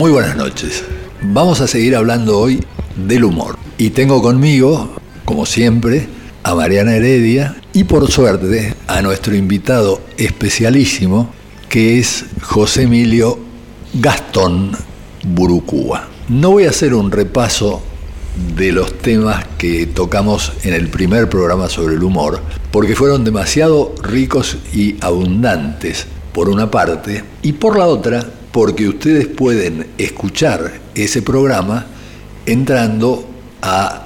Muy buenas noches. Vamos a seguir hablando hoy del humor. Y tengo conmigo, como siempre, a Mariana Heredia y por suerte a nuestro invitado especialísimo, que es José Emilio Gastón Burucúa. No voy a hacer un repaso de los temas que tocamos en el primer programa sobre el humor, porque fueron demasiado ricos y abundantes, por una parte, y por la otra, porque ustedes pueden escuchar ese programa entrando a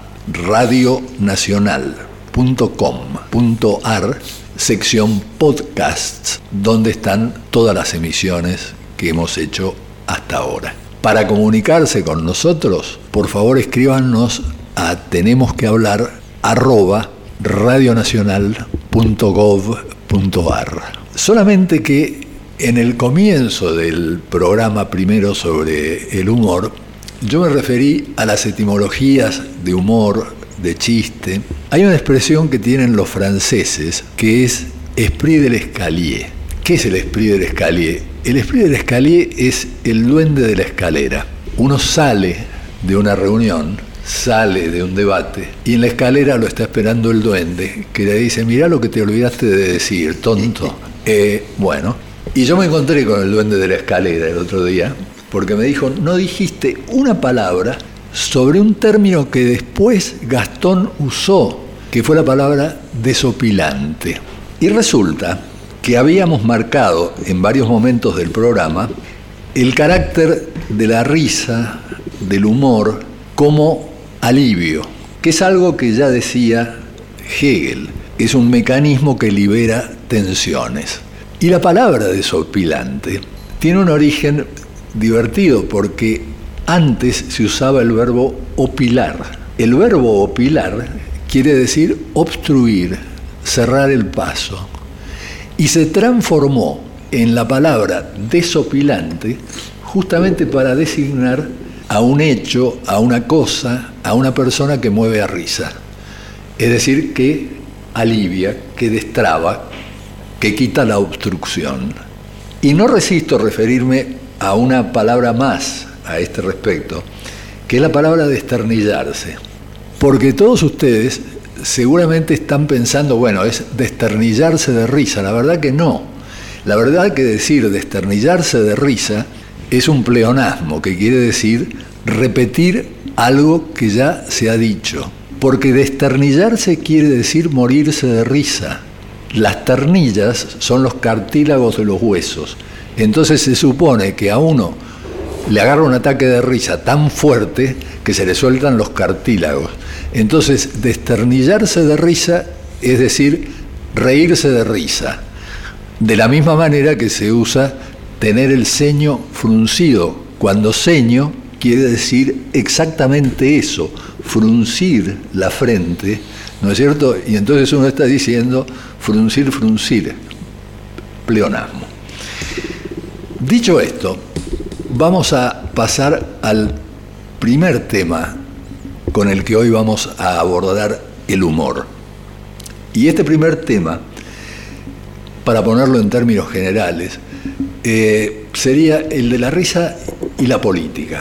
radionacional.com.ar, sección podcasts, donde están todas las emisiones que hemos hecho hasta ahora. Para comunicarse con nosotros, por favor escríbanos a tenemosquehablar@radionacional.gov.ar. Solamente que en el comienzo del programa primero sobre el humor, yo me referí a las etimologías de humor, de chiste. Hay una expresión que tienen los franceses que es esprit de l'escalier. ¿Qué es el esprit de l'escalier? El esprit de l'escalier es el duende de la escalera. Uno sale de una reunión, sale de un debate, y en la escalera lo está esperando el duende, que le dice: mirá lo que te olvidaste de decir, tonto. Y yo me encontré con el duende de la escalera el otro día, porque me dijo: no dijiste una palabra sobre un término que después Gastón usó, que fue la palabra desopilante. Y resulta que habíamos marcado en varios momentos del programa el carácter de la risa, del humor, como alivio, que es algo que ya decía Hegel, es un mecanismo que libera tensiones. Y la palabra desopilante tiene un origen divertido, porque antes se usaba el verbo opilar. El verbo opilar quiere decir obstruir, cerrar el paso, y se transformó en la palabra desopilante justamente para designar a un hecho, a una cosa, a una persona que mueve a risa. Es decir, que alivia, que destraba, que quita la obstrucción. Y no resisto referirme a una palabra más a este respecto, que es la palabra desternillarse. Porque todos ustedes seguramente están pensando, bueno, es desternillarse de risa. La verdad que no. La verdad que decir desternillarse de risa es un pleonasmo, que quiere decir repetir algo que ya se ha dicho. Porque desternillarse quiere decir morirse de risa. Las ternillas son los cartílagos de los huesos. Entonces se supone que a uno le agarra un ataque de risa tan fuerte que se le sueltan los cartílagos. Entonces, desternillarse de risa es decir, reírse de risa. De la misma manera que se usa tener el ceño fruncido, cuando ceño quiere decir exactamente eso, fruncir la frente, ¿no es cierto? Y entonces uno está diciendo fruncir, pleonasmo. Dicho esto, vamos a pasar al primer tema con el que hoy vamos a abordar el humor. Y este primer tema, para ponerlo en términos generales, sería el de la risa y la política.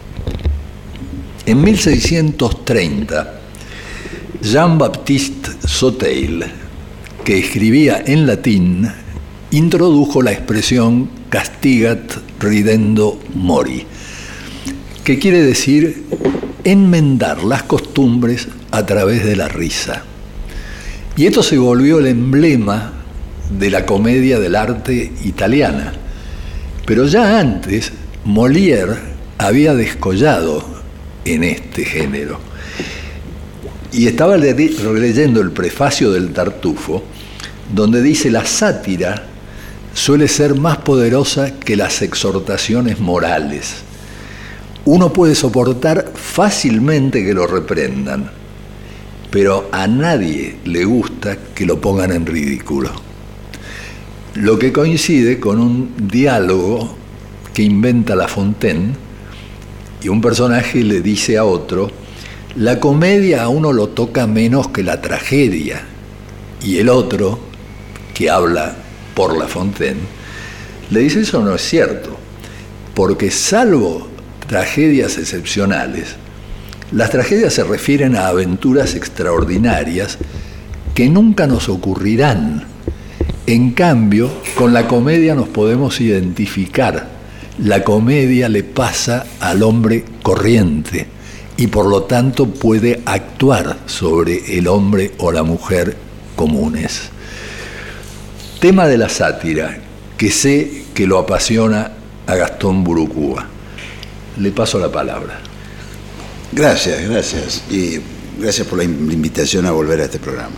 En 1630, Jean-Baptiste Sauteil, que escribía en latín, introdujo la expresión castigat ridendo mori, que quiere decir enmendar las costumbres a través de la risa. Y esto se volvió el emblema de la comedia del arte italiana. Pero ya antes, Molière había descollado en este género. Y estaba leyendo el prefacio del Tartufo, donde dice: la sátira suele ser más poderosa que las exhortaciones morales. Uno puede soportar fácilmente que lo reprendan, pero a nadie le gusta que lo pongan en ridículo. Lo que coincide con un diálogo que inventa La Fontaine, y un personaje le dice a otro: la comedia a uno lo toca menos que la tragedia. Y el otro, que habla por La Fontaine, le dice: eso no es cierto, porque salvo tragedias excepcionales, las tragedias se refieren a aventuras extraordinarias que nunca nos ocurrirán. En cambio, con la comedia nos podemos identificar. La comedia le pasa al hombre corriente y por lo tanto puede actuar sobre el hombre o la mujer comunes. Tema de la sátira, que sé que lo apasiona a Gastón Burucúa. Le paso la palabra. Gracias. Y gracias por la invitación a volver a este programa.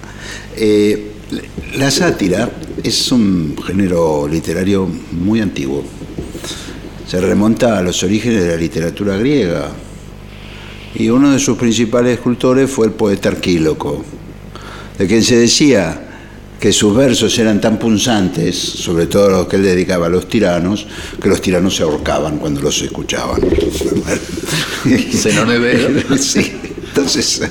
La sátira es un género literario muy antiguo. Se remonta a los orígenes de la literatura griega. Y uno de sus principales escultores fue el poeta Arquíloco, de quien se decía que sus versos eran tan punzantes, sobre todo los que él dedicaba a los tiranos, que los tiranos se ahorcaban cuando los escuchaban. Se no ve. Sí, entonces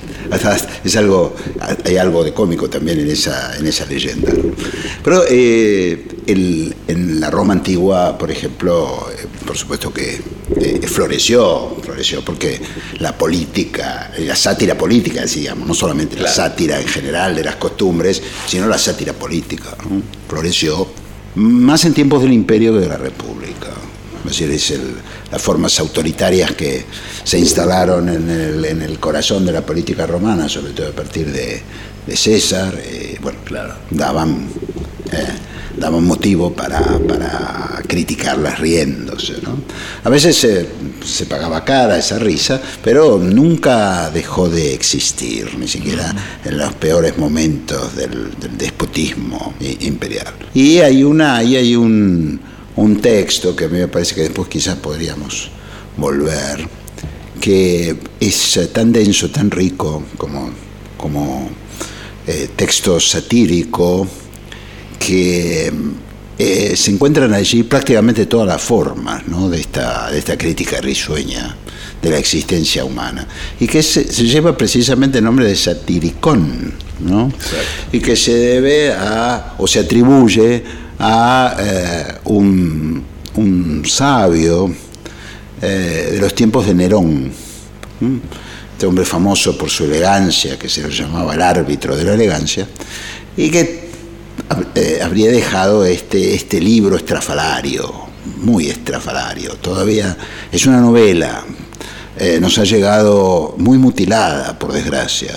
hay algo de cómico también en esa leyenda. Pero en la Roma antigua, por ejemplo, por supuesto que floreció porque la política, la sátira política, digamos, no solamente la sátira en general de las costumbres, sino la sátira política, ¿no? Floreció más en tiempos del Imperio que de la República. Es decir, las formas autoritarias que se instalaron en el corazón de la política romana, sobre todo a partir de César, daban motivo para criticarlas riéndose, ¿no? A veces se pagaba cara esa risa, pero nunca dejó de existir, ni siquiera en los peores momentos del despotismo imperial. Y hay un texto que a mí me parece que después quizás podríamos volver, que es tan denso, tan rico como texto satírico, que se encuentran allí prácticamente todas las formas, ¿no?, de esta crítica risueña de la existencia humana, y que se lleva precisamente el nombre de satiricón, ¿no? Exacto. Y que se debe o se atribuye a un sabio de los tiempos de Nerón, este hombre famoso por su elegancia, que se lo llamaba el árbitro de la elegancia, y que habría dejado este libro estrafalario, muy estrafalario. Todavía es una novela, nos ha llegado muy mutilada, por desgracia,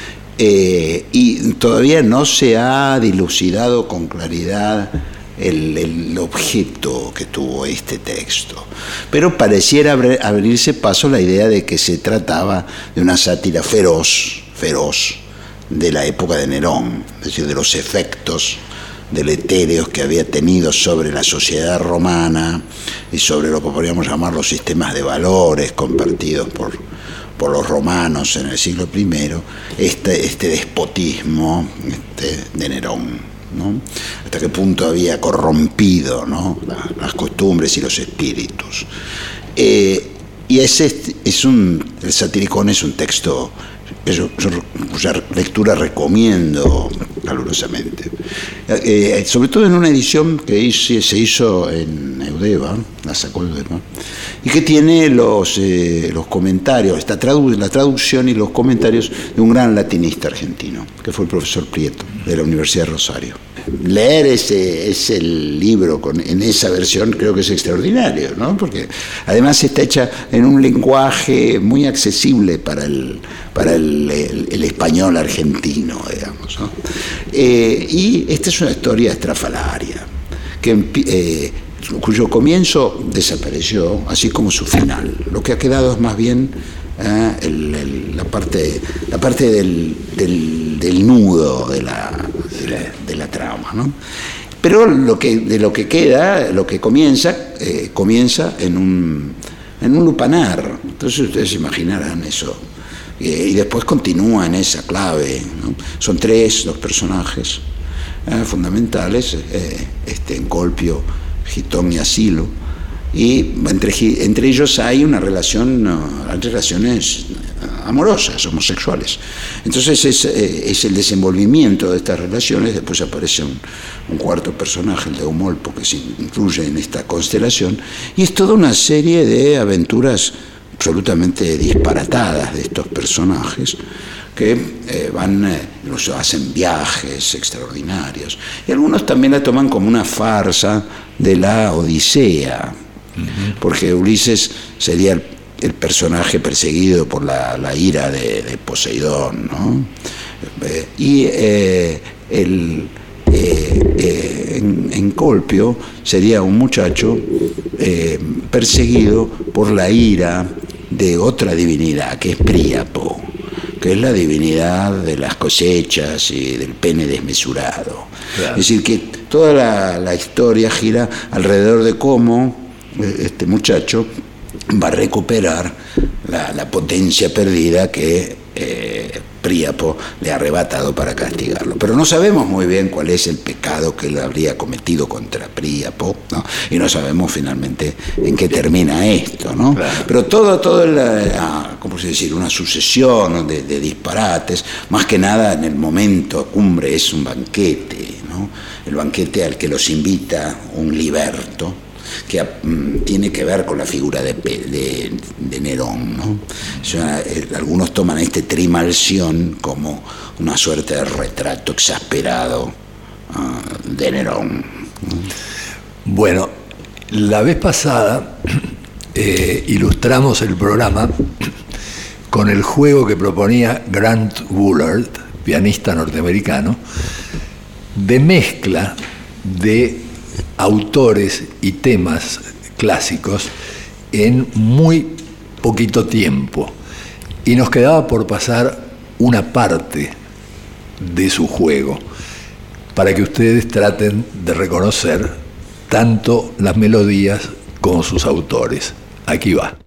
y todavía no se ha dilucidado con claridad el objeto que tuvo este texto, pero pareciera abrirse paso la idea de que se trataba de una sátira feroz de la época de Nerón, es decir, de los efectos deletéreos que había tenido sobre la sociedad romana y sobre lo que podríamos llamar los sistemas de valores compartidos por los romanos en el siglo I, este despotismo de Nerón, ¿no? Hasta qué punto había corrompido, ¿no?, las costumbres y los espíritus. Y el Satiricón es un texto cuya lectura recomiendo calurosamente, sobre todo en una edición que se hizo en Eudeva, la sacó Eudeva, y que tiene los comentarios, la traducción y los comentarios de un gran latinista argentino, que fue el profesor Prieto, de la Universidad de Rosario. Leer ese libro en esa versión creo que es extraordinario, ¿no? Porque además está hecha en un lenguaje muy accesible para el español argentino, digamos, ¿no? Y esta es una historia estrafalaria cuyo comienzo desapareció, así como su final. Lo que ha quedado es más bien la parte del nudo de la trama, ¿no? Pero de lo que queda, lo que comienza en un lupanar. Entonces ustedes imaginarán eso. Y después continúa en esa clave, ¿no? Son los personajes fundamentales, Encolpio, Gitón y Asilo, y entre ellos hay relaciones amorosas, homosexuales. Entonces es el desenvolvimiento de estas relaciones. Después aparece un cuarto personaje, el de Eumolpo, que se incluye en esta constelación, y es toda una serie de aventuras absolutamente disparatadas de estos personajes que incluso hacen viajes extraordinarios, y algunos también la toman como una farsa de la Odisea, porque Ulises sería el personaje perseguido por la ira de Poseidón, ¿no? En Colpio sería un muchacho perseguido por la ira de otra divinidad, que es Príapo, que es la divinidad de las cosechas y del pene desmesurado. Claro. Es decir, que toda la historia gira alrededor de cómo este muchacho va a recuperar la potencia perdida que Príapo le ha arrebatado para castigarlo. Pero no sabemos muy bien cuál es el pecado que él habría cometido contra Príapo, ¿no? Y no sabemos finalmente en qué termina esto, ¿no? Claro. Pero todo ¿cómo se dice? Una sucesión de disparates. Más que nada, en el momento cumbre es un banquete, ¿no? El banquete al que los invita un liberto, que tiene que ver con la figura de Nerón, ¿no? O sea, algunos toman este Trimalción como una suerte de retrato exasperado de Nerón. Bueno, la vez pasada ilustramos el programa con el juego que proponía Grant Woolard, pianista norteamericano, de mezcla de autores y temas clásicos en muy poquito tiempo, y nos quedaba por pasar una parte de su juego para que ustedes traten de reconocer tanto las melodías como sus autores. Aquí va.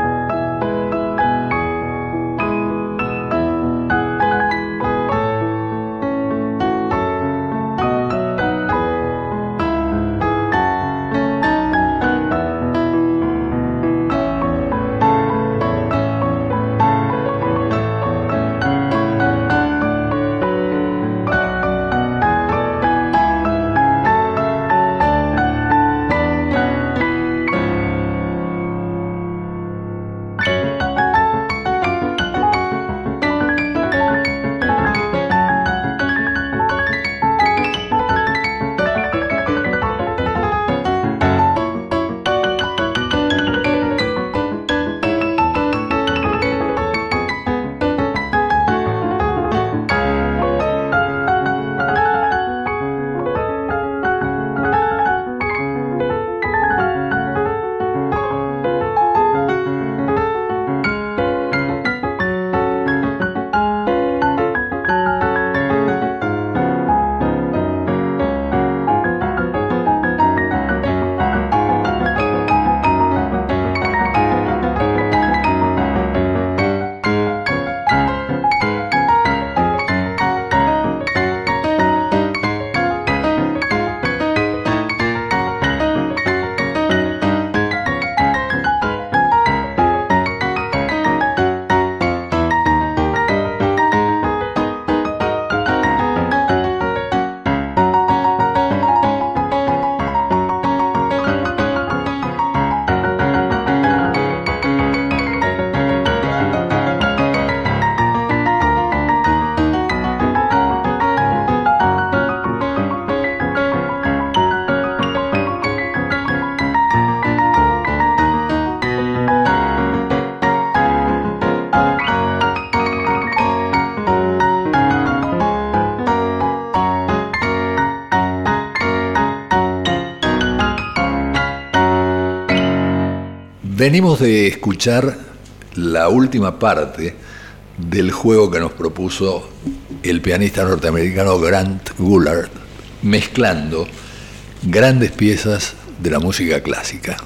Venimos de escuchar la última parte del juego que nos propuso el pianista norteamericano Grant Woolard, mezclando grandes piezas de la música clásica.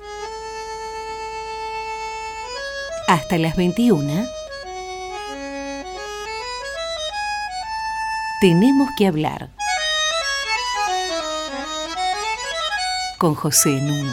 Hasta las 21 tenemos que hablar con José Nuno.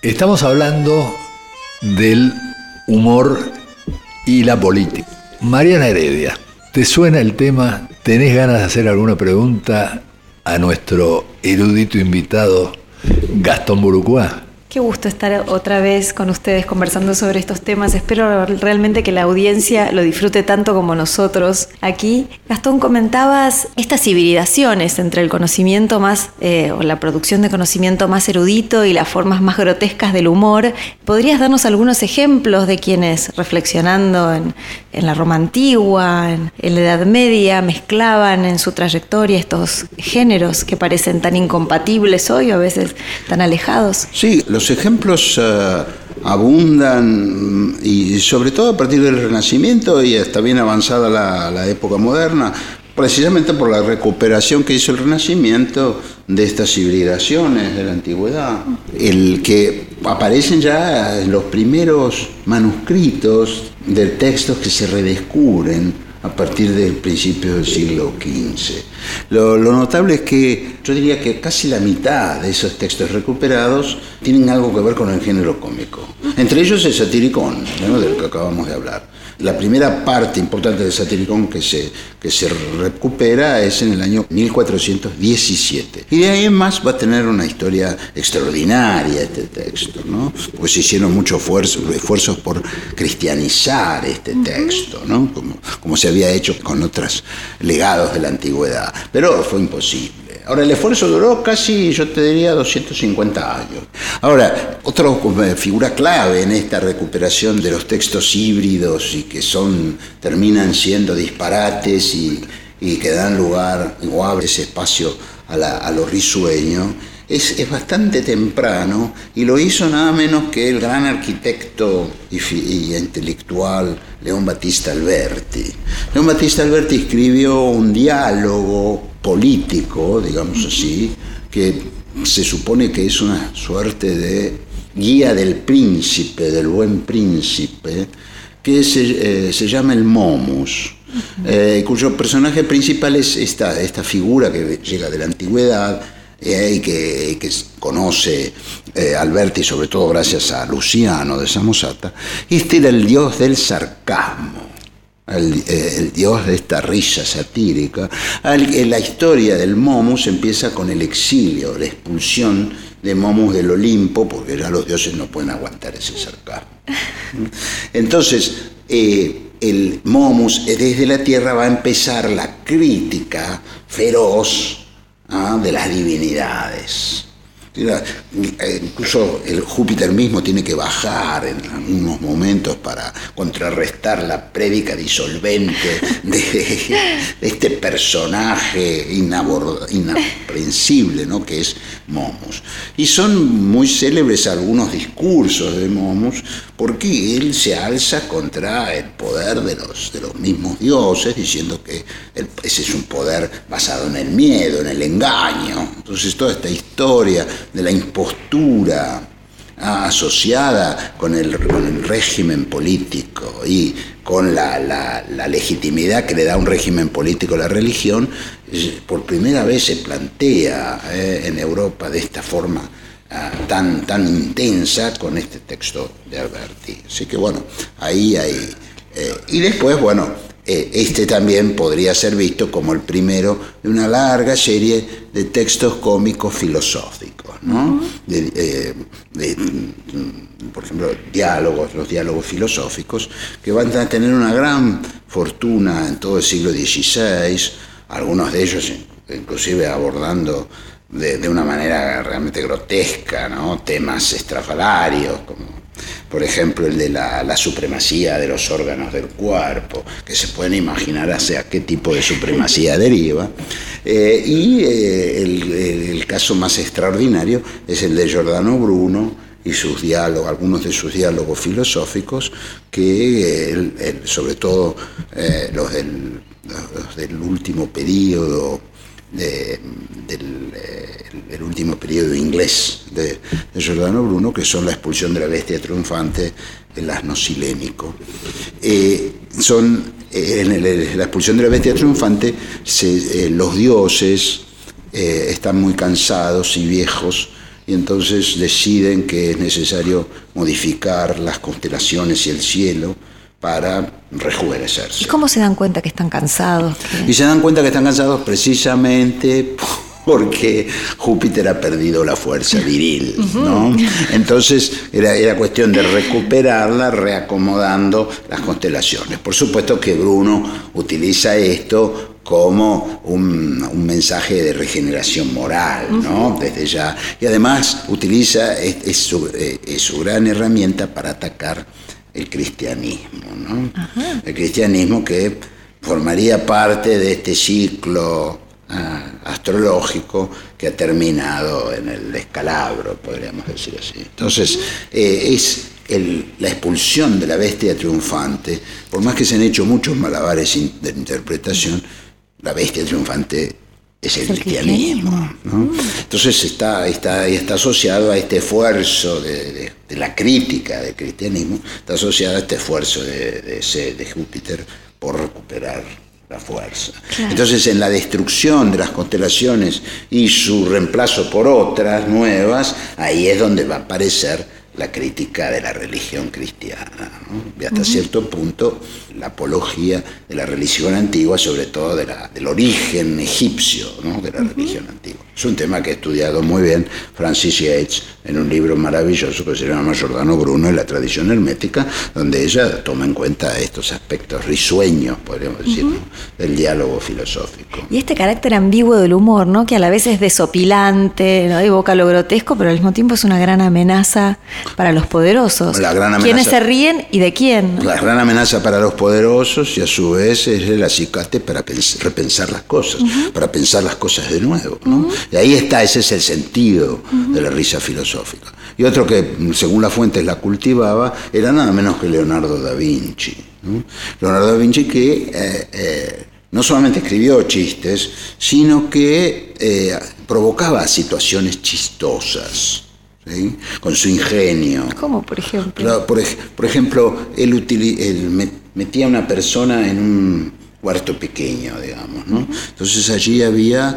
Estamos hablando del humor y la política. Mariana Heredia, ¿te suena el tema? ¿Tenés ganas de hacer alguna pregunta a nuestro erudito invitado Gastón Burucuá? Qué gusto estar otra vez con ustedes conversando sobre estos temas. Espero realmente que la audiencia lo disfrute tanto como nosotros aquí. Gastón, comentabas estas hibridaciones entre el conocimiento más, o la producción de conocimiento más erudito y las formas más grotescas del humor. ¿Podrías darnos algunos ejemplos de quienes, reflexionando en la Roma antigua, en la Edad Media, mezclaban en su trayectoria estos géneros que parecen tan incompatibles hoy o a veces tan alejados? Sí, los ejemplos abundan, y sobre todo a partir del Renacimiento y hasta bien avanzada la época moderna, precisamente por la recuperación que hizo el Renacimiento de estas hibridaciones de la antigüedad, el que aparecen ya en los primeros manuscritos de textos que se redescubren a partir del principio del siglo XV. Lo notable es que yo diría que casi la mitad de esos textos recuperados tienen algo que ver con el género cómico. Entre ellos el Satiricón, ¿no?, del que acabamos de hablar. La primera parte importante del Satiricón que se recupera es en el año 1417. Y de ahí en más va a tener una historia extraordinaria este texto, ¿no? Porque se hicieron muchos esfuerzos por cristianizar este texto, ¿no? Como se había hecho con otros legados de la antigüedad. Pero fue imposible. Ahora, el esfuerzo duró casi, yo te diría, 250 años. Ahora, otra figura clave en esta recuperación de los textos híbridos y que terminan siendo disparates y que dan lugar o abren ese espacio a lo risueño, es bastante temprano, y lo hizo nada menos que el gran arquitecto y intelectual León Battista Alberti. León Battista Alberti escribió un diálogo político, digamos así, que se supone que es una suerte de guía del príncipe, del buen príncipe, que se llama el Momus, cuyo personaje principal es esta figura que llega de la antigüedad, y que conoce Alberti, sobre todo gracias a Luciano de Samosata. Este era el dios del sarcasmo, el dios de esta risa satírica. La historia del Momus empieza con el exilio, la expulsión de Momus del Olimpo, porque ya los dioses no pueden aguantar ese sarcasmo. Entonces, el Momus desde la tierra va a empezar la crítica feroz de las divinidades. Incluso el Júpiter mismo tiene que bajar en algunos momentos para contrarrestar la prédica disolvente de este personaje inaprensible, ¿no?, que es Momus. Y son muy célebres algunos discursos de Momus, porque él se alza contra el poder de los mismos dioses, diciendo que ese es un poder basado en el miedo, en el engaño. Entonces toda esta historia de la impostura asociada con el régimen político y con la legitimidad que le da un régimen político a la religión, por primera vez se plantea en Europa de esta forma tan intensa con este texto de Alberti. Así que bueno, ahí hay... y después, bueno, este también podría ser visto como el primero de una larga serie de textos cómicos filosóficos, ¿no? Por ejemplo, los diálogos filosóficos, que van a tener una gran fortuna en todo el siglo XVI, algunos de ellos inclusive abordando de una manera realmente grotesca, ¿no?, temas estrafalarios, como por ejemplo el de la supremacía de los órganos del cuerpo, que se pueden imaginar hacia qué tipo de supremacía deriva. Y el caso más extraordinario es el de Giordano Bruno y sus diálogos, algunos de sus diálogos filosóficos, que sobre todo los del último periodo, del último periodo inglés de Giordano Bruno, que son la expulsión de la bestia triunfante, el asno silénico. En la expulsión de la bestia triunfante, los dioses están muy cansados y viejos y entonces deciden que es necesario modificar las constelaciones y el cielo para rejuvenecerse. ¿Y cómo se dan cuenta que están cansados? Y se dan cuenta que están cansados precisamente porque Júpiter ha perdido la fuerza viril, ¿no? Entonces era cuestión de recuperarla reacomodando las constelaciones. Por supuesto que Bruno utiliza esto como un mensaje de regeneración moral, ¿no? Desde ya. Y además utiliza, es su gran herramienta para atacar el cristianismo, ¿no? El cristianismo que formaría parte de este ciclo astrológico que ha terminado en el descalabro, podríamos decir así. Entonces, es la expulsión de la bestia triunfante. Por más que se han hecho muchos malabares de interpretación, la bestia triunfante es el cristianismo, ¿no? Entonces está asociado a este esfuerzo de la crítica del cristianismo, está asociado a este esfuerzo de Júpiter por recuperar la fuerza. Claro. Entonces, en la destrucción de las constelaciones y su reemplazo por otras nuevas, ahí es donde va a aparecer la crítica de la religión cristiana, ¿no? Y hasta cierto punto la apología de la religión antigua, sobre todo del origen egipcio, ¿no? De la religión antigua. Es un tema que ha estudiado muy bien Francis Yates en un libro maravilloso que se llama Giordano Bruno y la tradición hermética, donde ella toma en cuenta estos aspectos risueños, podríamos decir, ¿no? Del diálogo filosófico. Y este carácter ambiguo del humor, ¿no? Que a la vez es desopilante, ¿no? Evoca lo grotesco, pero al mismo tiempo es una gran amenaza para los poderosos. ¿Quiénes se ríen y de quién? La gran amenaza para los poderosos y a su vez es el acicate para repensar las cosas, para pensar las cosas de nuevo, ¿no? Y ahí está, ese es el sentido de la risa filosófica. Y otro que, según las fuentes, la cultivaba, era nada menos que Leonardo da Vinci, ¿no? Leonardo da Vinci que no solamente escribió chistes, sino que provocaba situaciones chistosas, ¿sí? Con su ingenio. ¿Cómo, por ejemplo? Por ejemplo, él metía a una persona en un cuarto pequeño, digamos, ¿no? Entonces allí había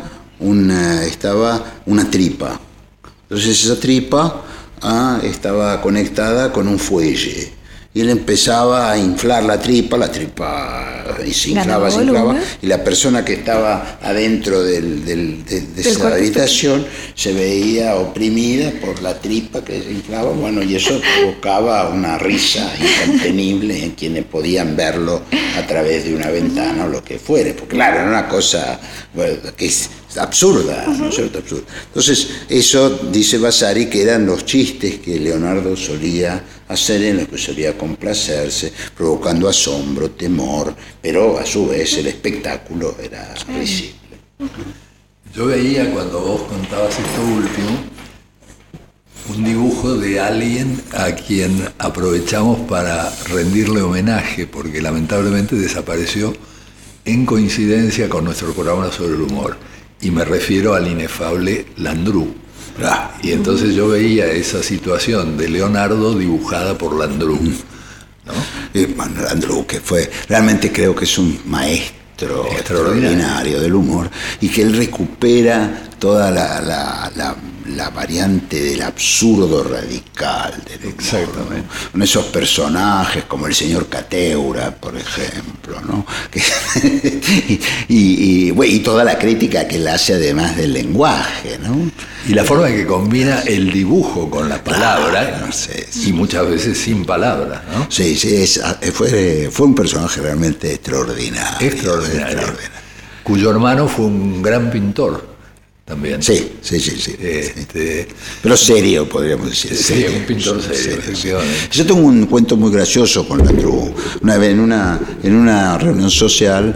estaba una tripa. Entonces esa tripa estaba conectada con un fuelle. Y él empezaba a inflar la tripa y se inflaba, y la persona que estaba adentro de esa habitación se veía oprimida por la tripa que se inflaba, bueno, y eso provocaba una risa incontenible en quienes podían verlo a través de una ventana o lo que fuere, porque claro, era una cosa que es absurda, ¿no es cierto? Absurda. Entonces, eso dice Vasari que eran los chistes que Leonardo solía hacer, en los que solía complacerse, provocando asombro, temor, pero a su vez el espectáculo era risible. Yo veía, cuando vos contabas esto último, un dibujo de alguien a quien aprovechamos para rendirle homenaje, porque lamentablemente desapareció en coincidencia con nuestro programa sobre el humor. Y me refiero al inefable Landru. Y entonces yo veía esa situación de Leonardo dibujada por Landru, ¿no? Bueno, Landru, que realmente creo que es un maestro extraordinario del humor, y que él recupera toda la variante del absurdo radical del humor, exactamente, ¿no? Con esos personajes como el señor Cateura, por ejemplo, ¿no? y toda la crítica que él hace además del lenguaje, ¿no? Y la forma en que combina el dibujo con la palabra, no sé, y muchas veces sin palabras, ¿no? Sí, fue un personaje realmente extraordinario. Extraordinario. Cuyo hermano fue un gran pintor también. Sí. Pero serio, podríamos decir. Sí, un pintor serio, efectivamente. Yo tengo un cuento muy gracioso con Landru. Una vez en una reunión social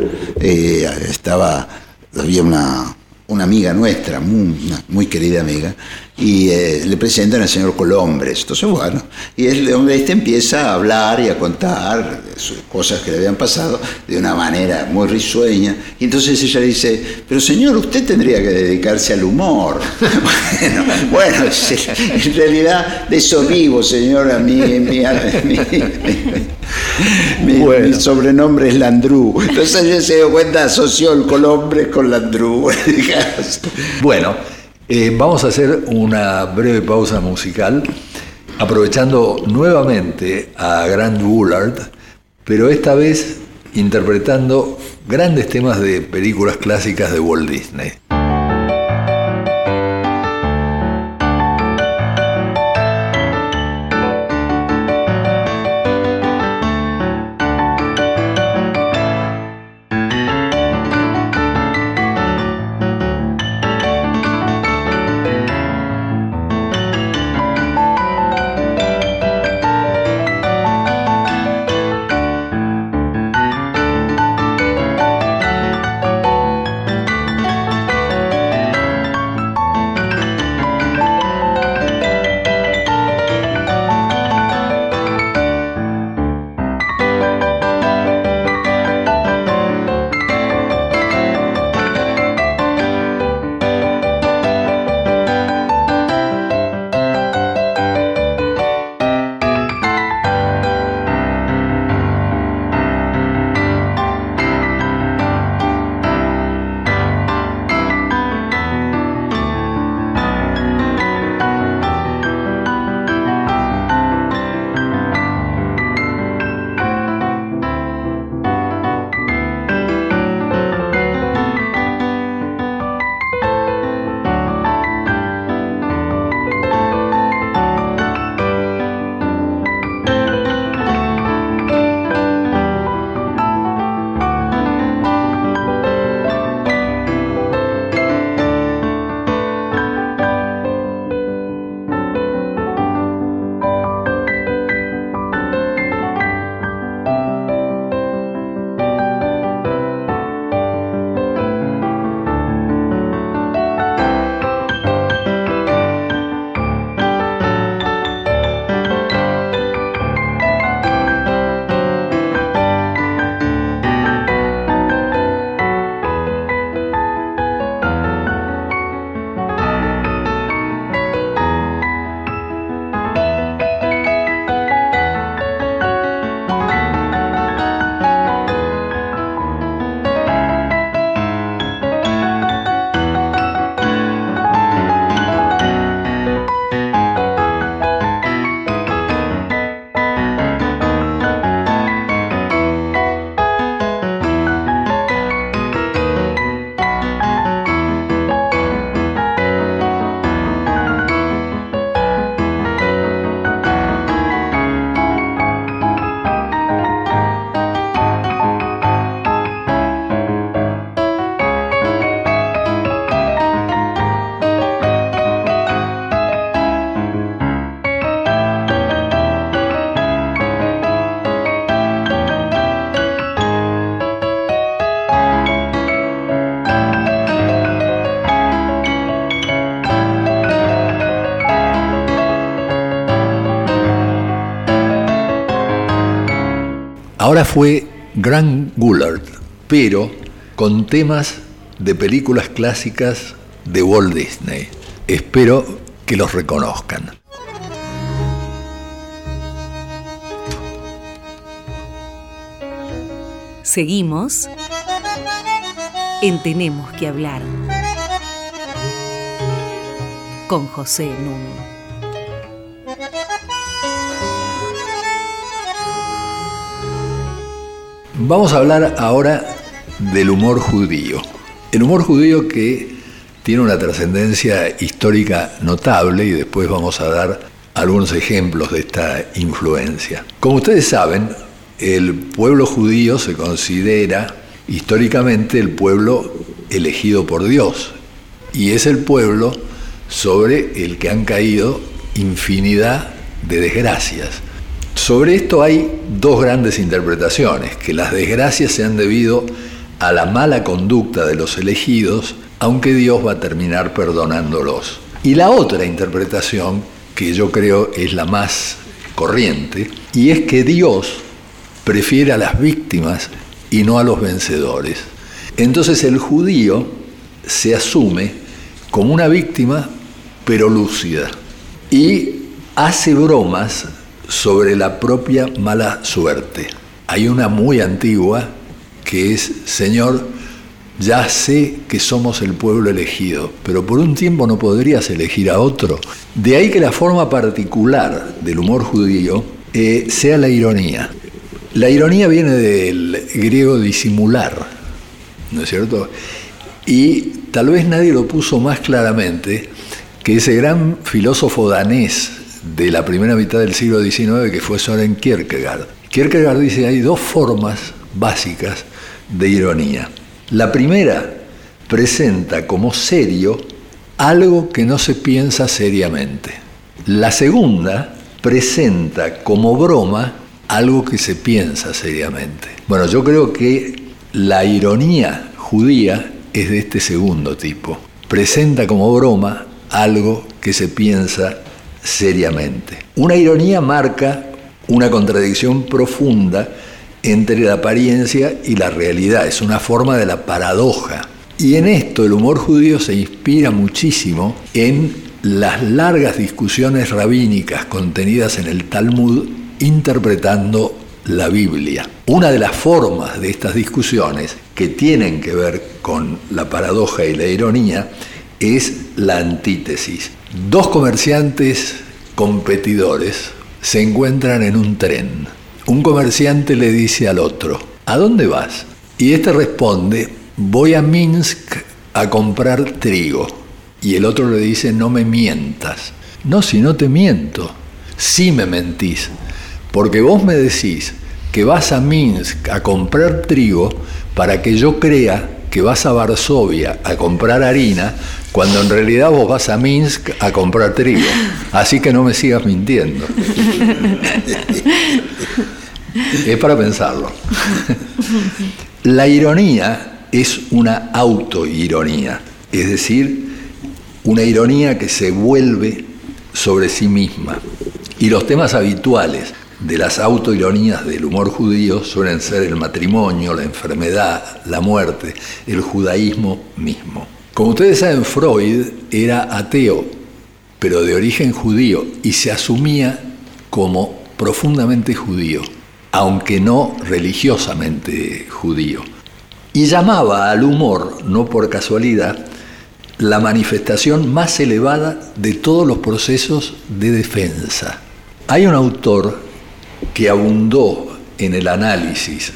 había una amiga nuestra, una muy querida amiga, y le presentan al señor Colombres. Entonces, bueno, y empieza a hablar y a contar cosas que le habían pasado de una manera muy risueña, y entonces ella dice: pero señor, usted tendría que dedicarse al humor. bueno, en realidad de eso vivo, señora. Mi sobrenombre es Landru. Entonces ella se dio cuenta, asoció el Colombres con Landru. Bueno, Vamos a hacer una breve pausa musical, aprovechando nuevamente a Grant Woolard, pero esta vez interpretando grandes temas de películas clásicas de Walt Disney. Ahora fue Grant Woolard, pero con temas de películas clásicas de Walt Disney. Espero que los reconozcan. Seguimos en Tenemos que hablar con José Nuno. Vamos a hablar ahora del humor judío. El humor judío que tiene una trascendencia histórica notable y después vamos a dar algunos ejemplos de esta influencia. Como ustedes saben, el pueblo judío se considera históricamente el pueblo elegido por Dios y es el pueblo sobre el que han caído infinidad de desgracias. Sobre esto hay dos grandes interpretaciones, que las desgracias se han debido a la mala conducta de los elegidos, aunque Dios va a terminar perdonándolos. Y la otra interpretación, que yo creo es la más corriente, y es que Dios prefiere a las víctimas y no a los vencedores. Entonces el judío se asume como una víctima, pero lúcida, y hace bromas sobre la propia mala suerte. Hay una muy antigua que es: Señor, Ya sé que somos el pueblo elegido, pero por un tiempo no podrías elegir a otro. De ahí que la forma particular del humor judío sea la ironía. La ironía viene del griego disimular, ¿no es cierto? Y tal vez nadie lo puso más claramente que ese gran filósofo danés de la primera mitad del siglo XIX, que fue Søren Kierkegaard. Kierkegaard dice que hay dos formas básicas de ironía. La primera presenta como serio algo que no se piensa seriamente. La segunda presenta como broma algo que se piensa seriamente. Bueno, yo creo que la ironía judía es de este segundo tipo. Presenta como broma algo que se piensa seriamente. Una ironía marca una contradicción profunda entre la apariencia y la realidad. Es una forma de la paradoja. Y en esto el humor judío se inspira muchísimo en las largas discusiones rabínicas contenidas en el Talmud interpretando la Biblia. Una de las formas de estas discusiones que tienen que ver con la paradoja y la ironía es la antítesis. Dos comerciantes competidores se encuentran en un tren. Un comerciante le dice al otro: ¿a dónde vas? Y este responde: voy a Minsk a comprar trigo. Y el otro le dice: no me mientas. No, si no te miento. Sí me mentís. Porque vos me decís que vas a Minsk a comprar trigo para que yo crea que vas a Varsovia a comprar harina, cuando en realidad vos vas a Minsk a comprar trigo. Así que no me sigas mintiendo. Es para pensarlo. La ironía es una autoironía, es decir, una ironía que se vuelve sobre sí misma. Y los temas habituales de las autoironías del humor judío suelen ser el matrimonio, la enfermedad, la muerte, el judaísmo mismo. Como ustedes saben, Freud era ateo, pero de origen judío, y se asumía como profundamente judío, aunque no religiosamente judío. Y llamaba al humor, no por casualidad, la manifestación más elevada de todos los procesos de defensa. Hay un autor que abundó en el análisis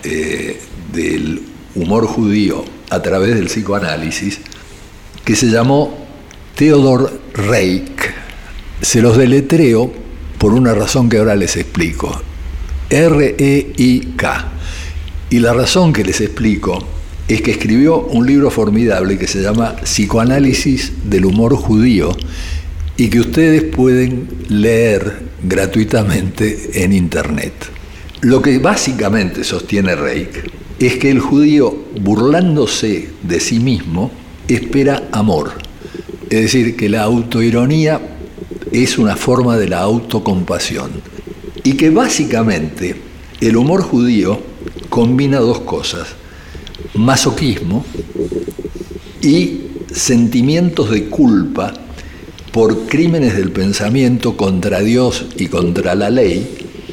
del humor judío a través del psicoanálisis, que se llamó Theodor Reik. Se los deletreo por una razón que ahora les explico. R-E-I-K. Y la razón que les explico es que escribió un libro formidable que se llama Psicoanálisis del humor judío, y que ustedes pueden leer gratuitamente en internet. Lo que básicamente sostiene Reik es que el judío, burlándose de sí mismo, espera amor. Es decir, que la autoironía es una forma de la autocompasión. Y que básicamente el humor judío combina dos cosas: masoquismo y sentimientos de culpa por crímenes del pensamiento contra Dios y contra la ley,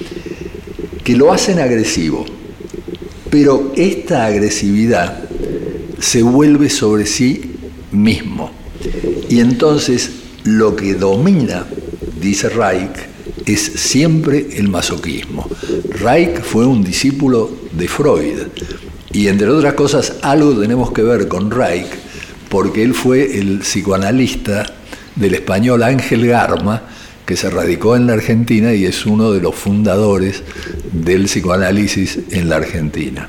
que lo hacen agresivo. Pero esta agresividad se vuelve sobre sí mismo. Y entonces lo que domina, dice Reik, es siempre el masoquismo. Reik fue un discípulo de Freud, y entre otras cosas algo tenemos que ver con Reik, porque él fue el psicoanalista del español Ángel Garma, que se radicó en la Argentina y es uno de los fundadores del psicoanálisis en la Argentina.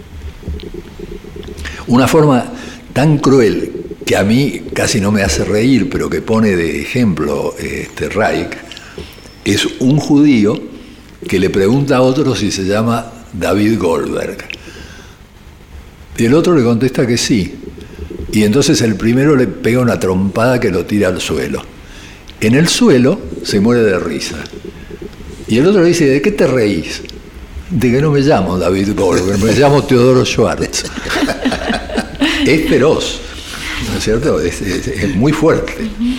Una forma tan cruel que a mí casi no me hace reír, pero que pone de ejemplo Reik, es un judío que le pregunta a otro si se llama David Goldberg. Y el otro le contesta que sí. Y entonces el primero le pega una trompada que lo tira al suelo. En el suelo se muere de risa. Y el otro le dice: ¿de qué te reís? De que no me llamo David Goldberg, me llamo Teodoro Schwartz. Es feroz, ¿no es cierto? Es muy fuerte.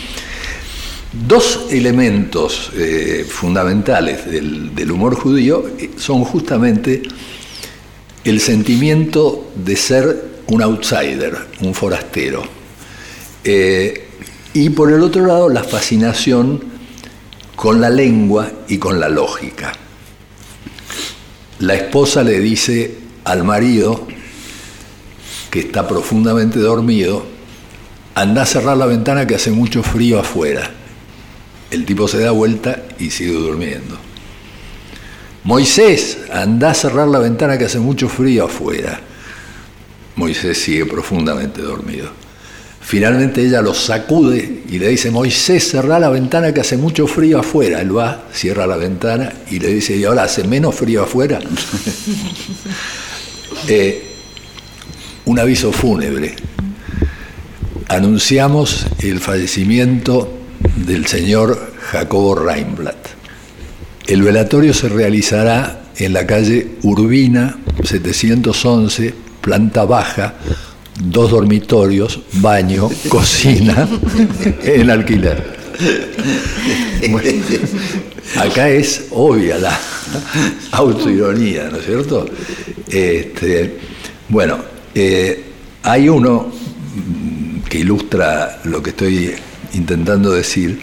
Dos elementos fundamentales del humor judío son justamente el sentimiento de ser un outsider, un forastero. Y por el otro lado, la fascinación con la lengua y con la lógica. La esposa le dice al marido, que está profundamente dormido, anda a cerrar la ventana que hace mucho frío afuera. El tipo se da vuelta y sigue durmiendo. Moisés, anda a cerrar la ventana que hace mucho frío afuera. Moisés sigue profundamente dormido. Finalmente ella lo sacude y le dice, Moisés, cerrá la ventana que hace mucho frío afuera. Él va, cierra la ventana y le dice, ¿y ahora hace menos frío afuera? Un aviso fúnebre. Anunciamos el fallecimiento del señor Jacobo Reinblatt. El velatorio se realizará en la calle Urbina 711, planta baja, 2 dormitorios, baño, cocina, en alquiler. Bueno, acá es obvia la autoironía, ¿no es cierto? Bueno, hay uno que ilustra lo que estoy intentando decir,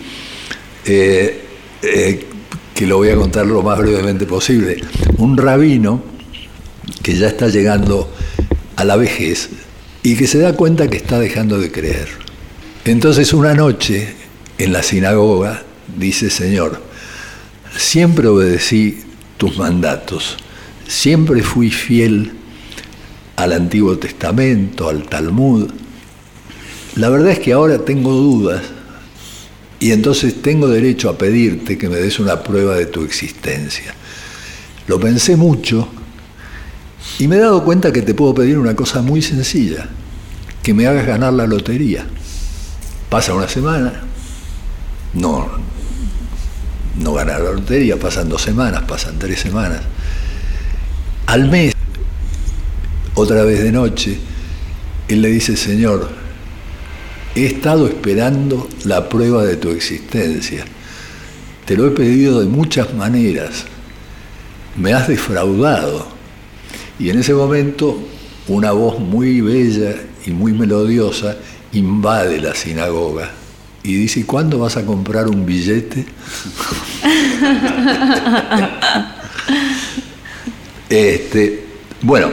que lo voy a contar lo más brevemente posible. Un rabino que ya está llegando a la vejez y que se da cuenta que está dejando de creer. Entonces una noche en la sinagoga dice, Señor, siempre obedecí tus mandatos, siempre fui fiel al Antiguo Testamento, al Talmud. La verdad es que ahora tengo dudas y entonces tengo derecho a pedirte que me des una prueba de tu existencia. Lo pensé mucho y me he dado cuenta que te puedo pedir una cosa muy sencilla, que me hagas ganar la lotería. Pasa una semana, no ganar la lotería, pasan 2 semanas, pasan 3 semanas. Al mes, otra vez de noche, él le dice, Señor, he estado esperando la prueba de tu existencia. Te lo he pedido de muchas maneras. Me has defraudado. Y en ese momento, una voz muy bella y muy melodiosa invade la sinagoga y dice, ¿cuándo vas a comprar un billete? Bueno,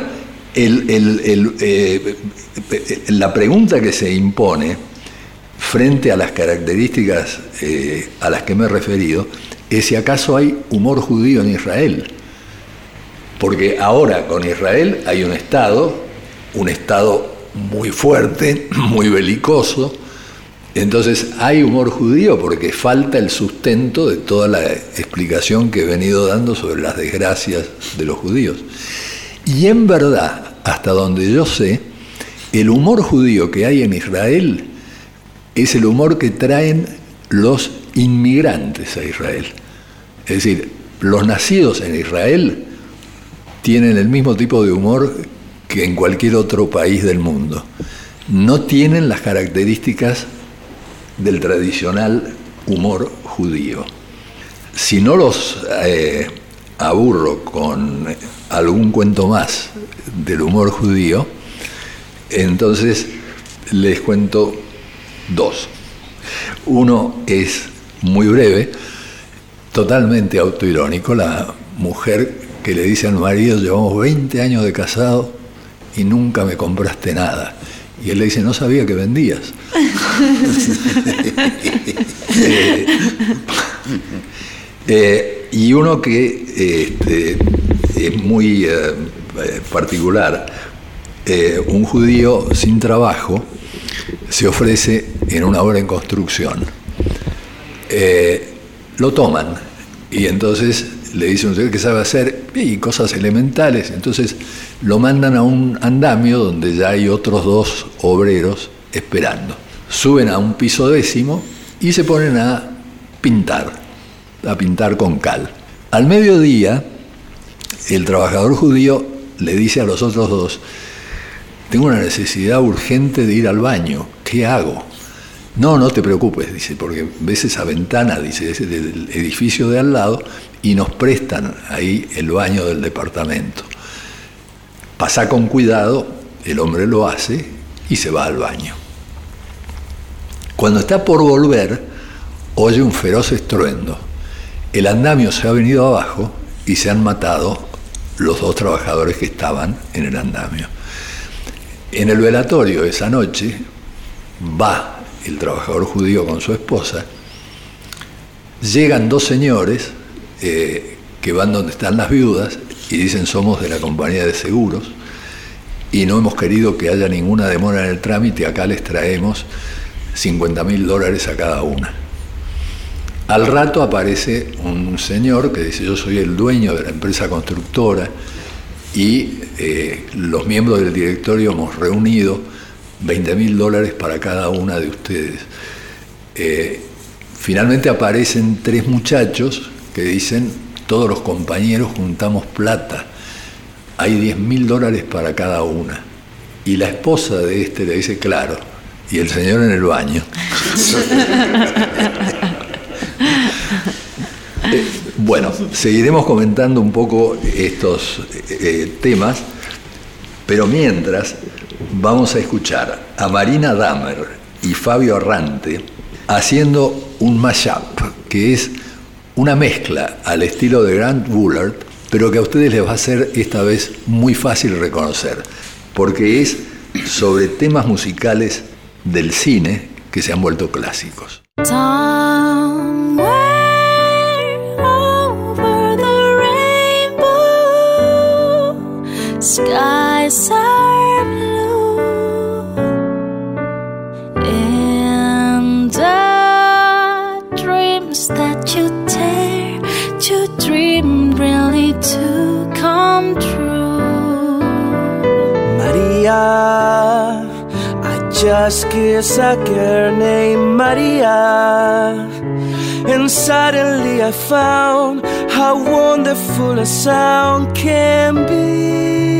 la pregunta que se impone frente a las características a las que me he referido es si acaso hay humor judío en Israel. Porque ahora con Israel hay un Estado muy fuerte, muy belicoso. Entonces hay humor judío porque falta el sustento de toda la explicación que he venido dando sobre las desgracias de los judíos. Y en verdad, hasta donde yo sé, el humor judío que hay en Israel es el humor que traen los inmigrantes a Israel. Es decir, los nacidos en Israel tienen el mismo tipo de humor que en cualquier otro país del mundo. No tienen las características del tradicional humor judío. Si no los aburro con algún cuento más del humor judío, entonces les cuento 2. Uno es muy breve, totalmente autoirónico. La mujer que le dice al marido, llevamos 20 años de casado y nunca me compraste nada. Y él le dice, no sabía que vendías. Y uno que es muy particular, un judío sin trabajo se ofrece en una obra en construcción. Lo toman y entonces le dice un señor que sabe hacer cosas elementales, entonces lo mandan a un andamio donde ya hay otros 2 obreros esperando. Suben a un piso 10º y se ponen a pintar con cal. Al mediodía, el trabajador judío le dice a los otros 2, tengo una necesidad urgente de ir al baño, ¿qué hago? No te preocupes, dice, porque ves esa ventana, dice, es del edificio de al lado, y nos prestan ahí el baño del departamento. Pasá con cuidado El hombre lo hace y se va al baño. Cuando está por volver, oye un feroz estruendo. El andamio se ha venido abajo y se han matado los 2 trabajadores que estaban en el andamio. En el velatorio esa noche va el trabajador judío con su esposa. Llegan 2 señores que van donde están las viudas y dicen: somos de la compañía de seguros y no hemos querido que haya ninguna demora en el trámite, acá les traemos $50.000 a cada una. Al rato aparece un señor que dice: yo soy el dueño de la empresa constructora y los miembros del directorio hemos reunido $20.000 para cada una de ustedes. Finalmente aparecen 3 muchachos que dicen: todos los compañeros juntamos plata, hay $10.000 para cada una. Y la esposa de este le dice: claro, y el señor en el baño. Bueno, seguiremos comentando un poco estos temas, pero mientras vamos a escuchar a Marina Damer y Fabio Arrante haciendo un mashup, que es una mezcla al estilo de Grant Bullard, pero que a ustedes les va a ser esta vez muy fácil reconocer, porque es sobre temas musicales del cine que se han vuelto clásicos. Skies are blue and the dreams that you dare to dream really to come true. Maria, I just kissed a girl named Maria, and suddenly I found how wonderful a sound can be.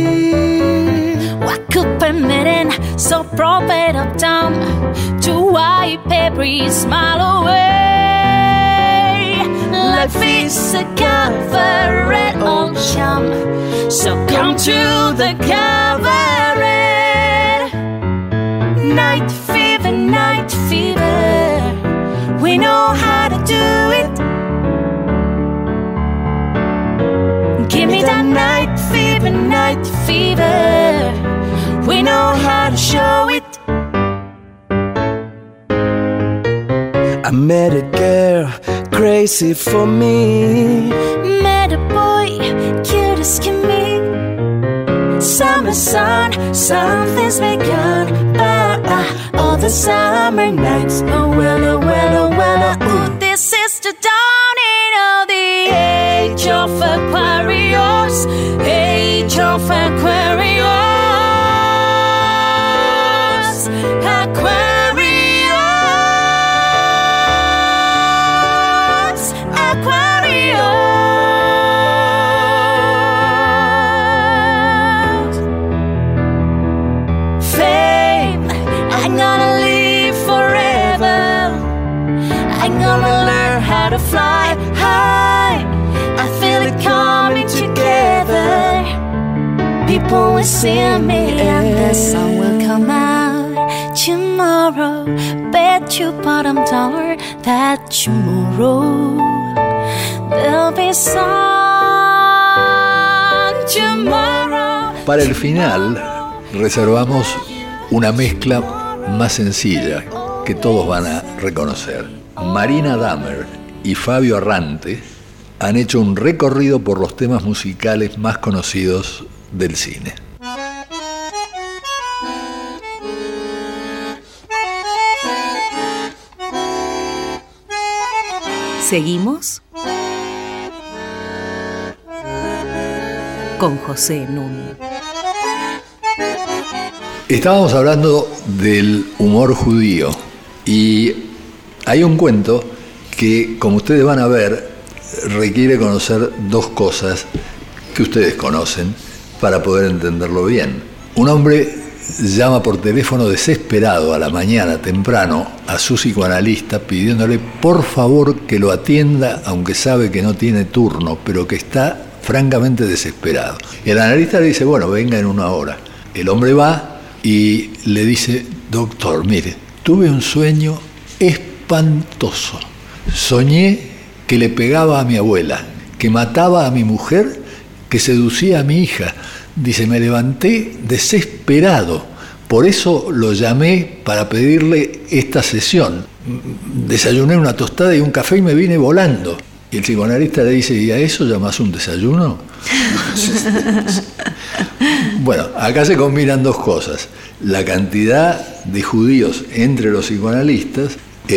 What could permit it so prophet of dumb to wipe every smile away? Life is a cabaret on sham, so come to the cabaret. Night fever, we know how to do it. Give me that night fever, we know how to show it. I met a girl crazy for me, Met a boy cute as can be. Summer sun, something's begun. But all the summer nights, oh well, oh well, oh well, oh ooh. This is the dawning of the age of Aquarius, age of Aquarius, Aquarius, Aquarius. Fame, I'm gonna live forever. I'm gonna learn how to fly high. I feel it coming together. People will see me and the sun will come out tomorrow. Bet you bottom dollar that tomorrow there'll be sun tomorrow. Para el final reservamos una mezcla más sencilla que todos van a reconocer. Marina Damer y Fabio Arrante han hecho un recorrido por los temas musicales más conocidos del cine. Seguimos con José Núñez. Estábamos hablando del humor judío y hay un cuento que, como ustedes van a ver, requiere conocer 2 cosas que ustedes conocen para poder entenderlo bien. Un hombre llama por teléfono desesperado a la mañana temprano a su psicoanalista pidiéndole por favor que lo atienda, aunque sabe que no tiene turno, pero que está francamente desesperado. El analista le dice: bueno, venga en 1 hora. El hombre va, y le dice: doctor, mire, tuve un sueño espantoso. Soñé que le pegaba a mi abuela, que mataba a mi mujer, que seducía a mi hija. Dice, me levanté desesperado. Por eso lo llamé para pedirle esta sesión. Desayuné una tostada y un café y me vine volando. Y el psicoanalista le dice, ¿y a eso llamás un desayuno? Bueno, acá se combinan dos cosas. La cantidad de judíos entre los psicoanalistas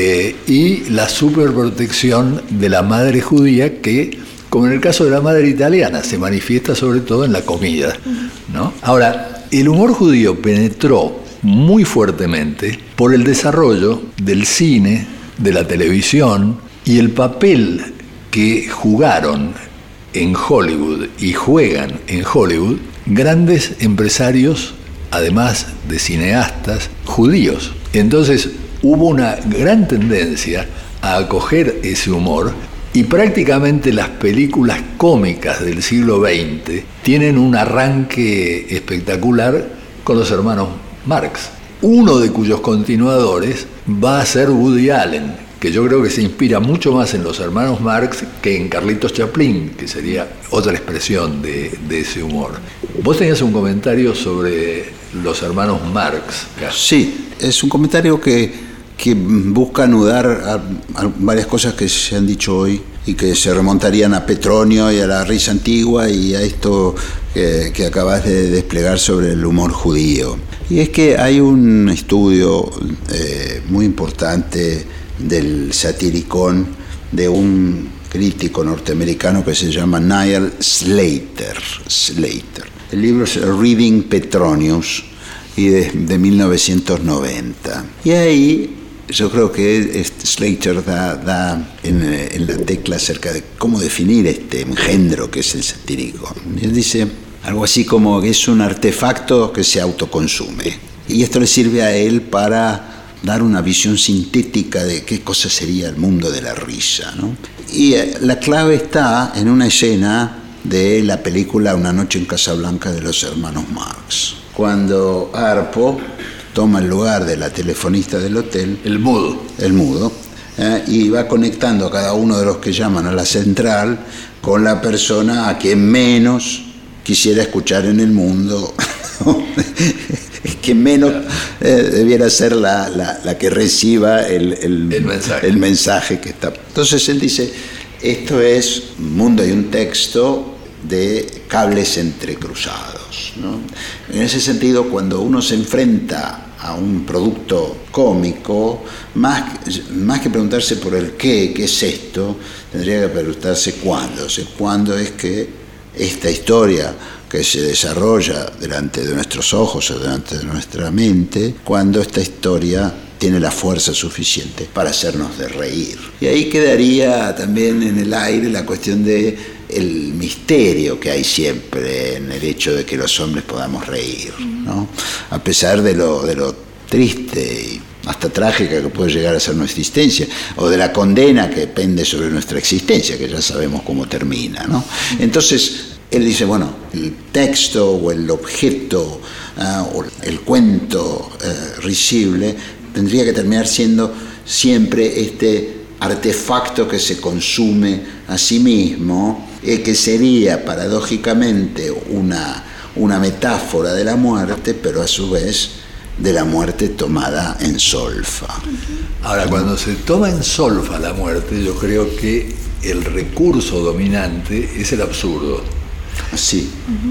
y la superprotección de la madre judía que, como en el caso de la madre italiana, se manifiesta sobre todo en la comida, ¿no? Ahora, el humor judío penetró muy fuertemente por el desarrollo del cine, de la televisión y el papel que jugaron en Hollywood y juegan en Hollywood grandes empresarios, además de cineastas judíos. Entonces hubo una gran tendencia a acoger ese humor y prácticamente las películas cómicas del siglo XX tienen un arranque espectacular con los hermanos Marx, uno de cuyos continuadores va a ser Woody Allen, que yo creo que se inspira mucho más en los hermanos Marx que en Carlitos Chaplin, que sería otra expresión de ese humor. Vos tenías un comentario sobre los hermanos Marx. Sí, es un comentario que busca anudar a varias cosas que se han dicho hoy y que se remontarían a Petronio y a la risa antigua y a esto que acabas de desplegar sobre el humor judío. Y es que hay un estudio muy importante del satiricón de un crítico norteamericano que se llama Niall Slater. El libro es Reading Petronius y de 1990. Y ahí yo creo que Slater da en la tecla acerca de cómo definir este engendro que es el satírico. Él dice algo así como que es un artefacto que se autoconsume. Y esto le sirve a él para dar una visión sintética de qué cosa sería el mundo de la risa, ¿no? Y la clave está en una escena de la película Una noche en Casablanca de los hermanos Marx, cuando Harpo toma el lugar de la telefonista del hotel, el mudo, y va conectando a cada uno de los que llaman a la central con la persona a quien menos quisiera escuchar en el mundo, que menos debiera ser la que reciba el mensaje que está. Entonces él dice, esto es un mundo y un texto de cables entrecruzados, ¿no? En ese sentido, cuando uno se enfrenta a un producto cómico, más que preguntarse por el qué es esto, tendría que preguntarse cuándo. O sea, cuándo es que esta historia que se desarrolla delante de nuestros ojos o delante de nuestra mente, cuando esta historia tiene la fuerza suficiente para hacernos de reír. Y ahí quedaría también en el aire la cuestión de el misterio que hay siempre en el hecho de que los hombres podamos reír, ¿no? A pesar de lo triste y hasta trágica que puede llegar a ser nuestra existencia, o de la condena que pende sobre nuestra existencia, que ya sabemos cómo termina, ¿no? Entonces él dice, bueno, el texto o el objeto o el cuento risible tendría que terminar siendo siempre este artefacto que se consume a sí mismo, que sería paradójicamente una metáfora de la muerte, pero a su vez de la muerte tomada en solfa. Ahora, cuando se toma en solfa la muerte, yo creo que el recurso dominante es el absurdo. Sí.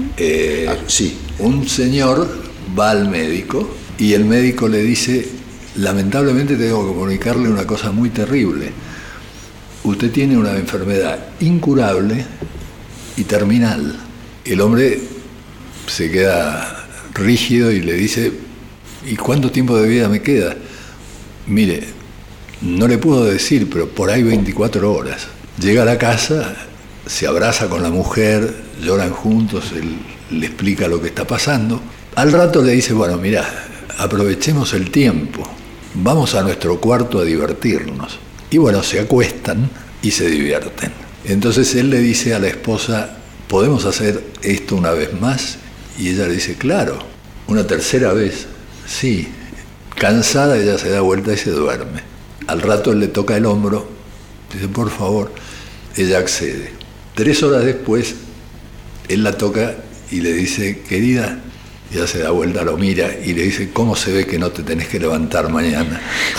Sí. Un señor va al médico y el médico le dice, lamentablemente tengo que comunicarle una cosa muy terrible. Usted tiene una enfermedad incurable y terminal. El hombre se queda rígido y le dice, ¿y cuánto tiempo de vida me queda? Mire, no le puedo decir, pero por ahí 24 horas. Llega a la casa, se abraza con la mujer, lloran juntos, él le explica lo que está pasando. Al rato le dice, bueno, mira, aprovechemos el tiempo, vamos a nuestro cuarto a divertirnos. Y bueno, se acuestan y se divierten. Entonces él le dice a la esposa, ¿podemos hacer esto una vez más? Y ella le dice, claro, una tercera vez. Sí. Cansada, ella se da vuelta y se duerme. Al rato él le toca el hombro, dice, por favor. Ella accede. 3 horas después, él la toca y le dice, querida, ella se da vuelta, lo mira y le dice, ¿cómo se ve que no te tenés que levantar mañana?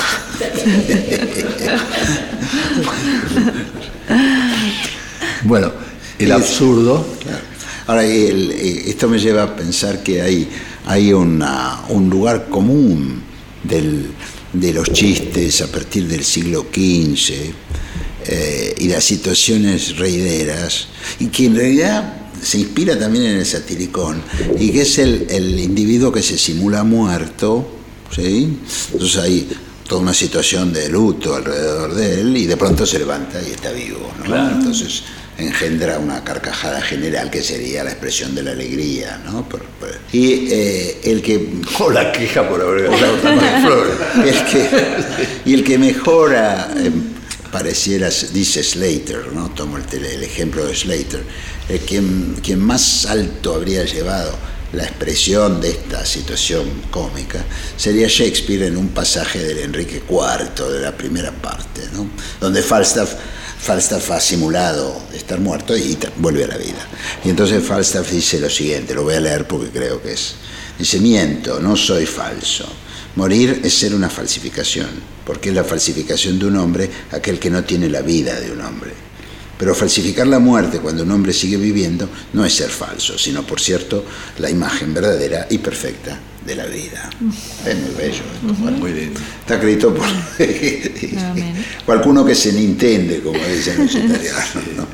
Bueno, el absurdo. Claro. Ahora, esto me lleva a pensar que hay un lugar común de los chistes a partir del siglo XV y las situaciones reideras, y que en realidad se inspira también en el satiricón, y que es el individuo que se simula muerto, ¿sí? Entonces hay toda una situación de luto alrededor de él y de pronto se levanta y está vivo, ¿no? Claro. Entonces engendra una carcajada general que sería la expresión de la alegría, ¿no? Y el que... O la queja por haber gastado tantas flores. El que mejora, pareciera, dice Slater, ¿no? Tomo el ejemplo de Slater, quien más alto habría llevado la expresión de esta situación cómica sería Shakespeare en un pasaje del Enrique IV de la primera parte, ¿no? Donde Falstaff ha simulado estar muerto y vuelve a la vida. Y entonces Falstaff dice lo siguiente, lo voy a leer porque creo que es. Dice, miento, no soy falso. Morir es ser una falsificación, porque es la falsificación de un hombre aquel que no tiene la vida de un hombre. Pero falsificar la muerte cuando un hombre sigue viviendo no es ser falso, sino, por cierto, la imagen verdadera y perfecta de la vida. Es muy bello esto. Bueno, muy lindo. Está escrito por alguno que se le entiende, como dicen los italianos, ¿no?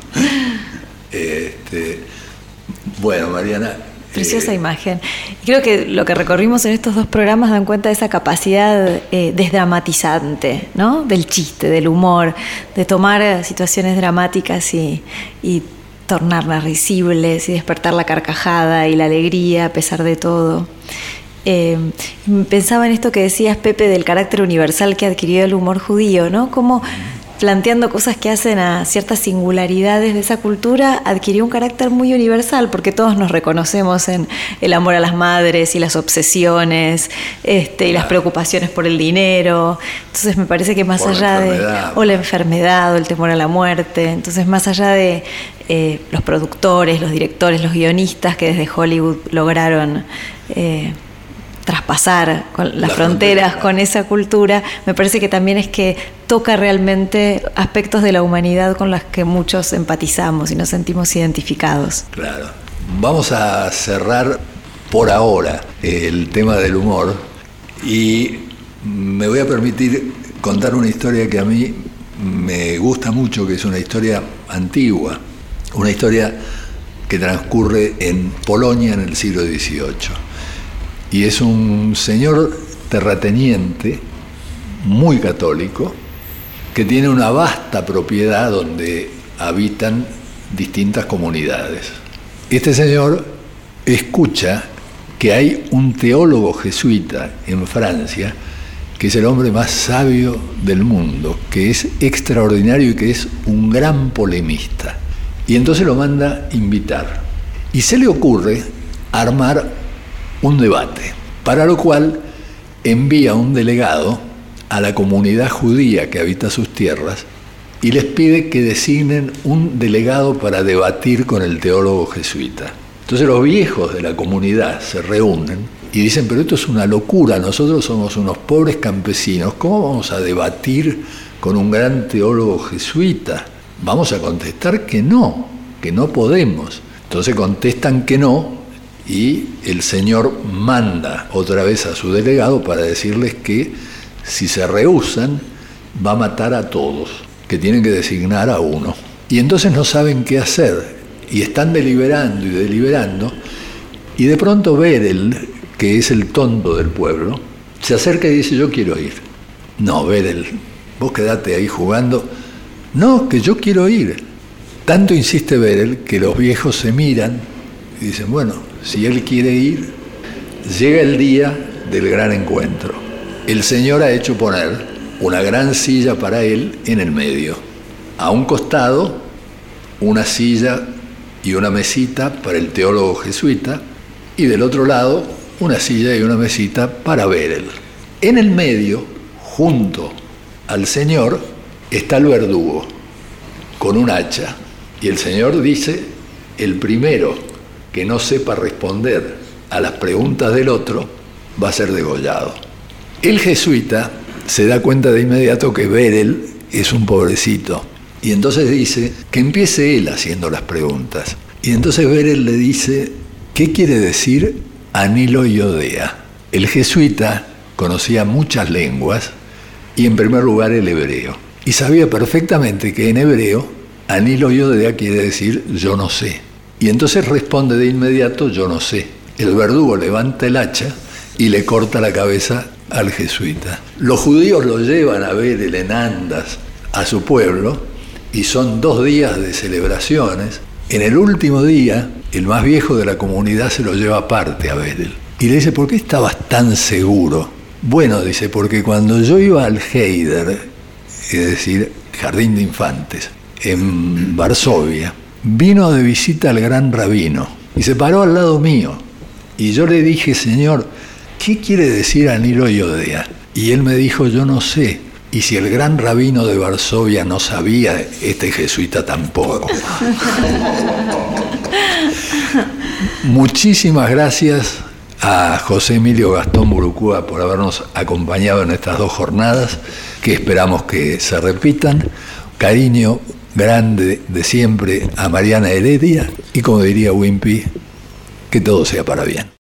Bueno, Mariana. Preciosa imagen. Creo que lo que recorrimos en estos 2 programas dan cuenta de esa capacidad desdramatizante, ¿no? Del chiste, del humor, de tomar situaciones dramáticas y tornarlas risibles y despertar la carcajada y la alegría a pesar de todo. Pensaba en esto que decías, Pepe, del carácter universal que adquirió el humor judío, ¿no? Como planteando cosas que hacen a ciertas singularidades de esa cultura, adquirió un carácter muy universal, porque todos nos reconocemos en el amor a las madres y las obsesiones y las preocupaciones por el dinero. Entonces me parece que más allá de la enfermedad o el temor a la muerte, entonces más allá de los productores, los directores, los guionistas que desde Hollywood lograron traspasar con las fronteras con esa cultura, me parece que también es que toca realmente aspectos de la humanidad con los que muchos empatizamos y nos sentimos identificados. Claro. Vamos a cerrar por ahora el tema del humor y me voy a permitir contar una historia que a mí me gusta mucho, que es una historia antigua, una historia que transcurre en Polonia en el siglo XVIII. Y es un señor terrateniente, muy católico, que tiene una vasta propiedad donde habitan distintas comunidades. Este señor escucha que hay un teólogo jesuita en Francia, que es el hombre más sabio del mundo, que es extraordinario y que es un gran polemista. Y entonces lo manda invitar. Y se le ocurre armar un debate, para lo cual envía un delegado a la comunidad judía que habita sus tierras y les pide que designen un delegado para debatir con el teólogo jesuita. Entonces los viejos de la comunidad se reúnen y dicen, pero esto es una locura, nosotros somos unos pobres campesinos, ¿cómo vamos a debatir con un gran teólogo jesuita? Vamos a contestar que no podemos. Entonces contestan que no, y el señor manda otra vez a su delegado para decirles que si se rehúsan va a matar a todos, que tienen que designar a uno. Y entonces no saben qué hacer y están deliberando y de pronto Berel, que es el tonto del pueblo, se acerca y dice, yo quiero ir. No, Berel, vos quedate ahí jugando. No, que yo quiero ir. Tanto insiste Berel que los viejos se miran y dicen, bueno, si él quiere ir, llega el día del gran encuentro. El Señor ha hecho poner una gran silla para él en el medio. A un costado, una silla y una mesita para el teólogo jesuita, y del otro lado, una silla y una mesita para Berel. En el medio, junto al señor, está el verdugo, con un hacha. Y el señor dice, el primero que no sepa responder a las preguntas del otro va a ser degollado. El jesuita se da cuenta de inmediato que Berel es un pobrecito. Y entonces dice que empiece él haciendo las preguntas. Y entonces Berel le dice, ¿qué quiere decir Anilo y Odea? El jesuita conocía muchas lenguas y en primer lugar el hebreo. Y sabía perfectamente que en hebreo Anilo y Odea quiere decir yo no sé. Y entonces responde de inmediato yo no sé. El verdugo levanta el hacha y le corta la cabeza al jesuita. Los judíos lo llevan a Berel en andas a su pueblo y son 2 días de celebraciones. En el último día, el más viejo de la comunidad se lo lleva aparte a Berel. Y le dice, ¿por qué estabas tan seguro? Bueno, dice, porque cuando yo iba al Heider, es decir, Jardín de Infantes, en Varsovia, vino de visita al gran rabino y se paró al lado mío. Y yo le dije, señor, ¿qué quiere decir Anilo y Odea? Y él me dijo, yo no sé. Y si el gran rabino de Varsovia no sabía, este jesuita tampoco. Muchísimas gracias a José Emilio Gastón Burucúa por habernos acompañado en estas 2 jornadas, que esperamos que se repitan. Cariño grande de siempre a Mariana Heredia y, como diría Wimpy, que todo sea para bien.